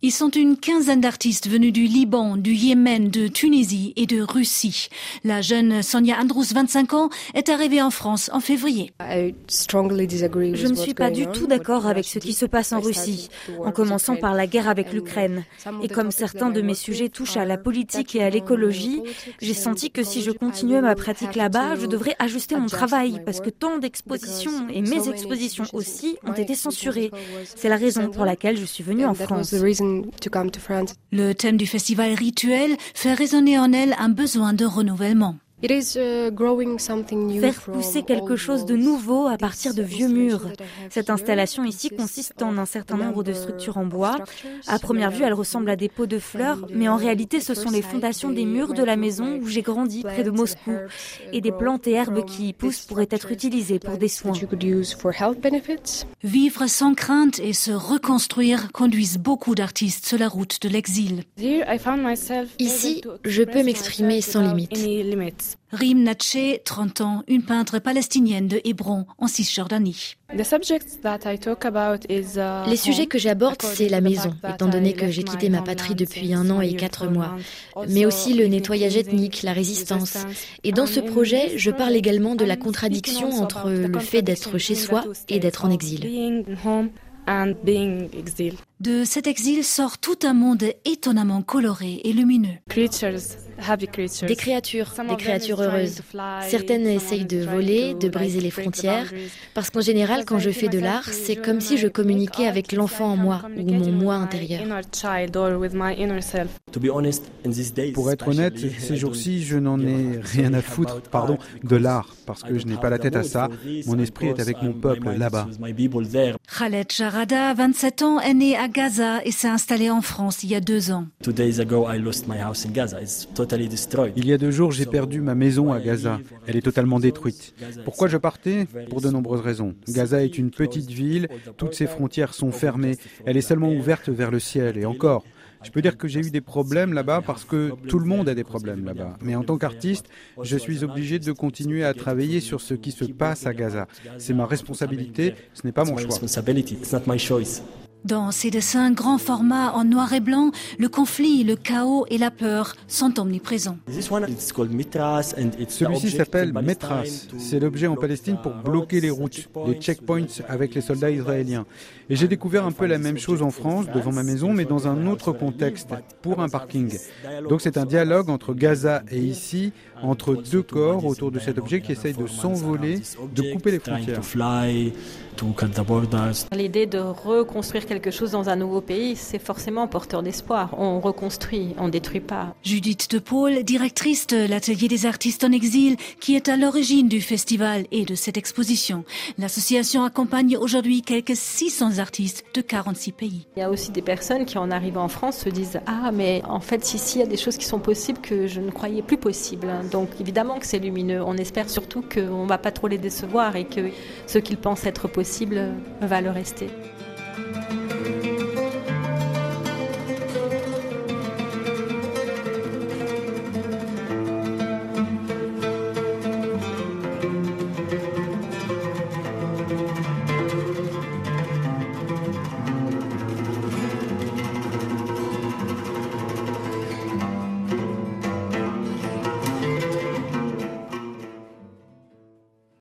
Ils sont une quinzaine d'artistes venus du Liban, du Yémen, de Tunisie et de Russie. La jeune Sonia Andrus, 25 ans, est arrivée en France en février. Je ne suis pas du tout d'accord avec ce qui se passe en Russie, en commençant par la guerre avec l'Ukraine. Et comme certains de mes sujets touchent à la politique et à l'écologie, j'ai senti que si je continuais ma pratique là-bas, je devrais ajuster mon travail, parce que tant d'expositions, et mes expositions aussi, ont été censurées. C'est la raison pour laquelle je suis venue en France. Le thème du festival Rituel fait résonner en elle un besoin de renouvellement. Faire pousser quelque chose de nouveau à partir de vieux murs. Cette installation ici consiste en un certain nombre de structures en bois. À première vue, elle ressemble à des pots de fleurs, mais en réalité, ce sont les fondations des murs de la maison où j'ai grandi, près de Moscou. Et des plantes et herbes qui y poussent pourraient être utilisées pour des soins. Vivre sans crainte et se reconstruire conduisent beaucoup d'artistes sur la route de l'exil. Ici, je peux m'exprimer sans limite. Rim Natché, 30 ans, une peintre palestinienne de Hébron, en Cisjordanie. Les sujets que j'aborde, c'est la maison, étant donné que j'ai quitté ma patrie depuis 1 an et 4 mois. Mais aussi le nettoyage ethnique, la résistance. Et dans ce projet, je parle également de la contradiction entre le fait d'être chez soi et d'être en exil. De cet exil sort tout un monde étonnamment coloré et lumineux. Des créatures heureuses. Certaines essayent de voler, de briser les frontières, parce qu'en général, quand je fais de l'art, c'est comme si je communiquais avec l'enfant en moi, ou mon moi intérieur. Pour être honnête, ces jours-ci, je n'en ai rien à foutre, de l'art, parce que je n'ai pas la tête à ça. Mon esprit est avec mon peuple là-bas. Khaled Jarada, 27 ans, est né à Gaza et s'est installé en France il y a 2 ans. Il y a 2 jours, j'ai perdu ma maison à Gaza. Elle est totalement détruite. Pourquoi je partais ? Pour de nombreuses raisons. Gaza est une petite ville, toutes ses frontières sont fermées. Elle est seulement ouverte vers le ciel. Et encore, je peux dire que j'ai eu des problèmes là-bas parce que tout le monde a des problèmes là-bas. Mais en tant qu'artiste, je suis obligé de continuer à travailler sur ce qui se passe à Gaza. C'est ma responsabilité, ce n'est pas mon choix. Dans ces dessins grand format en noir et blanc, le conflit, le chaos et la peur sont omniprésents. Celui-ci s'appelle Metras. C'est l'objet en Palestine pour bloquer les routes, les checkpoints avec les soldats israéliens. Et j'ai découvert un peu la même chose en France, devant ma maison, mais dans un autre contexte, pour un parking. Donc c'est un dialogue entre Gaza et ici, entre 2 corps autour de cet objet qui essaye de s'envoler, de couper les frontières. L'idée de reconstruire quelque chose dans un nouveau pays, c'est forcément porteur d'espoir. On reconstruit, on ne détruit pas. Judith De Paul, directrice de l'Atelier des artistes en exil, qui est à l'origine du festival et de cette exposition. L'association accompagne aujourd'hui quelques 600 artistes de 46 pays. Il y a aussi des personnes qui, en arrivant en France, se disent « Ah, mais en fait, ici, il y a des choses qui sont possibles que je ne croyais plus possibles. » Donc, évidemment que c'est lumineux. On espère surtout qu'on ne va pas trop les décevoir et que ce qu'ils pensent être possible va le rester.